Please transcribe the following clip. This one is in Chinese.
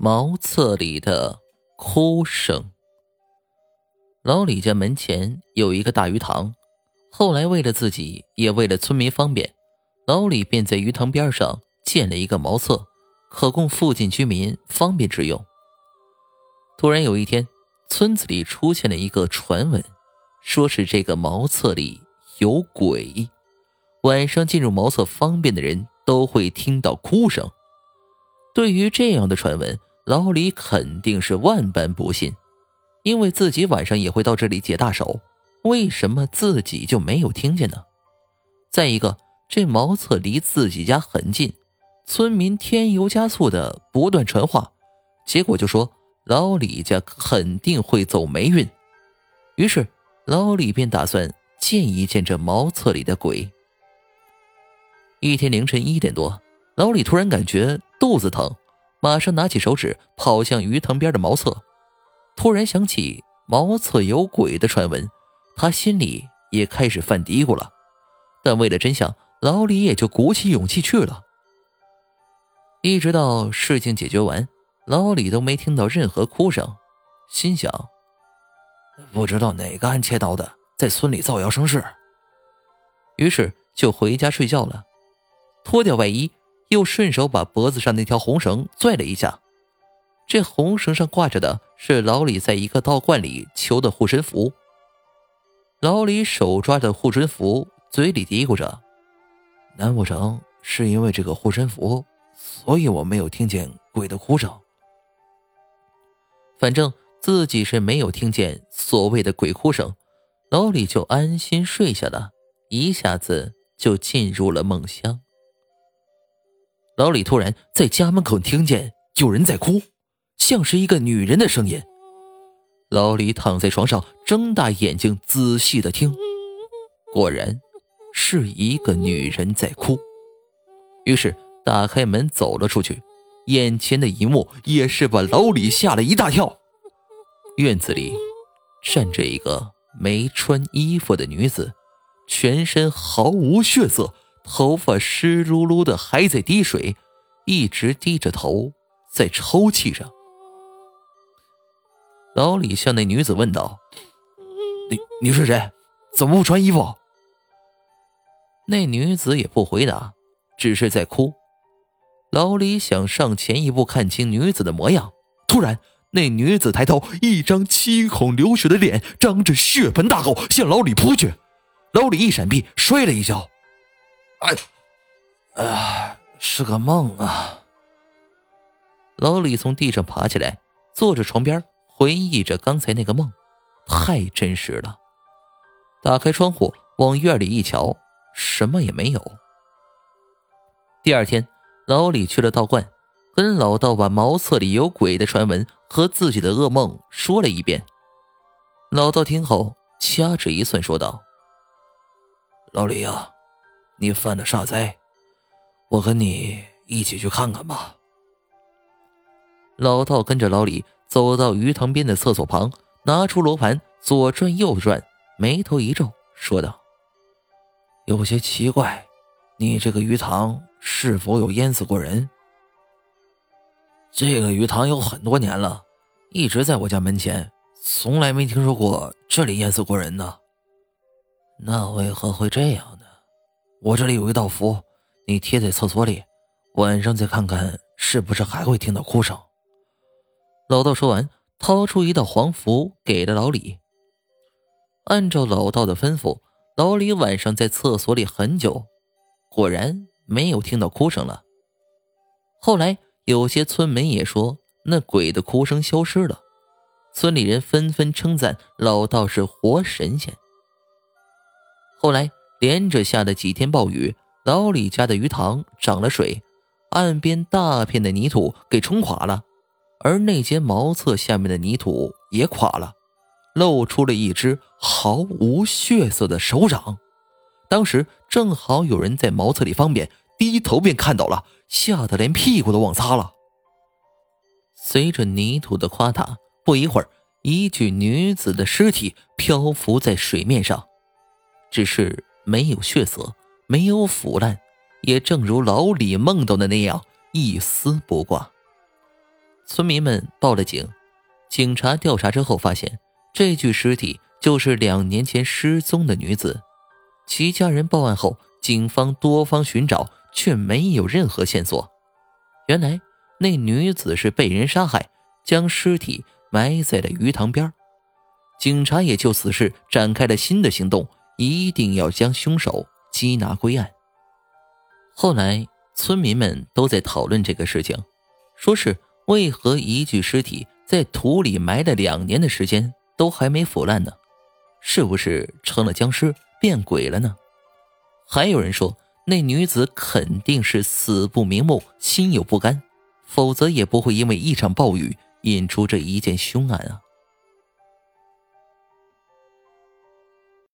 茅厕里的哭声。老李家门前有一个大鱼塘，后来为了自己也为了村民方便，老李便在鱼塘边上建了一个茅厕，可供附近居民方便之用。突然有一天，村子里出现了一个传闻，说是这个茅厕里有鬼，晚上进入茅厕方便的人都会听到哭声。对于这样的传闻，老李肯定是万般不信，因为自己晚上也会到这里解大手，为什么自己就没有听见呢？再一个，这茅厕离自己家很近，村民添油加醋的不断传话，结果就说老李家肯定会走霉运。于是老李便打算见一见这茅厕里的鬼。一天凌晨1点多，老李突然感觉肚子疼，马上拿起手指跑向鱼塘边的茅厕。突然想起茅厕有鬼的传闻，他心里也开始犯嘀咕了，但为了真相，老李也就鼓起勇气去了。一直到事情解决完，老李都没听到任何哭声，心想不知道哪个暗切刀的在村里造谣生事， 于是就回家睡觉了。脱掉外衣，又顺手把脖子上那条红绳拽了一下，这红绳上挂着的是老李在一个道观里求的护身符。老李手抓着护身符，嘴里嘀咕着， 难不成是因为这个护身符，所以我没有听见鬼的哭声？ 反正自己是没有听见所谓的鬼哭声，老李就安心睡下了，一下子就进入了梦乡。老李突然在家门口听见有人在哭，像是一个女人的声音。老李躺在床上，睁大眼睛仔细的听，果然是一个女人在哭。于是打开门走了出去，眼前的一幕也是把老李吓了一大跳。院子里站着一个没穿衣服的女子，全身毫无血色，头发湿漉漉的还在滴水，一直低着头在抽泣着。老李向那女子问道， 你是谁？怎么不穿衣服？ 那女子也不回答，只是在哭。老李想上前一步看清女子的模样，突然那女子抬头，一张7孔流血的脸张着血盆大口向老李扑去。老李一闪避，摔了一跤。 是个梦啊。 老李从地上爬起来，坐着床边回忆着刚才那个梦，太真实了。打开窗户往院里一瞧，什么也没有。第二天，老李去了道观，跟老道把茅厕里有鬼的传闻和自己的噩梦说了一遍。老道听后掐指一算，说道， 老李啊，你犯了煞灾，我跟你一起去看看吧。 老道跟着老李走到鱼塘边的厕所旁，拿出罗盘左转右转，眉头一皱，说道， 有些奇怪，你这个鱼塘是否有淹死过人？这个鱼塘有很多年了，一直在我家门前，从来没听说过这里淹死过人呢。那为何会这样呢？我这里有一道符，你贴在厕所里，晚上再看看是不是还会听到哭声。 老道说完，掏出一道黄符给了老李。按照老道的吩咐，老李晚上在厕所里很久，果然没有听到哭声了。后来有些村民也说那鬼的哭声消失了，村里人纷纷称赞老道是活神仙。后来连着下了几天暴雨，老李家的鱼塘涨了水，岸边大片的泥土给冲垮了，而那间茅厕下面的泥土也垮了，露出了一只毫无血色的手掌。当时正好有人在茅厕里方便，低头便看到了，吓得连屁股都忘擦了。随着泥土的垮塌，不一会儿，一具女子的尸体漂浮在水面上，只是没有血色，没有腐烂，也正如老李梦到的那样，一丝不挂。 村民们报了警，警察调查之后发现，这具尸体就是2年前失踪的女子。其家人报案后，警方多方寻找，却没有任何线索。原来那女子是被人杀害，将尸体埋在了鱼塘边。警察也就此事展开了新的行动，一定要将凶手缉拿归案。后来村民们都在讨论这个事情，说是为何一具尸体在土里埋了2年的时间都还没腐烂呢？是不是成了僵尸变鬼了呢？还有人说那女子肯定是死不瞑目，心有不甘，否则也不会因为一场暴雨引出这一件凶案啊。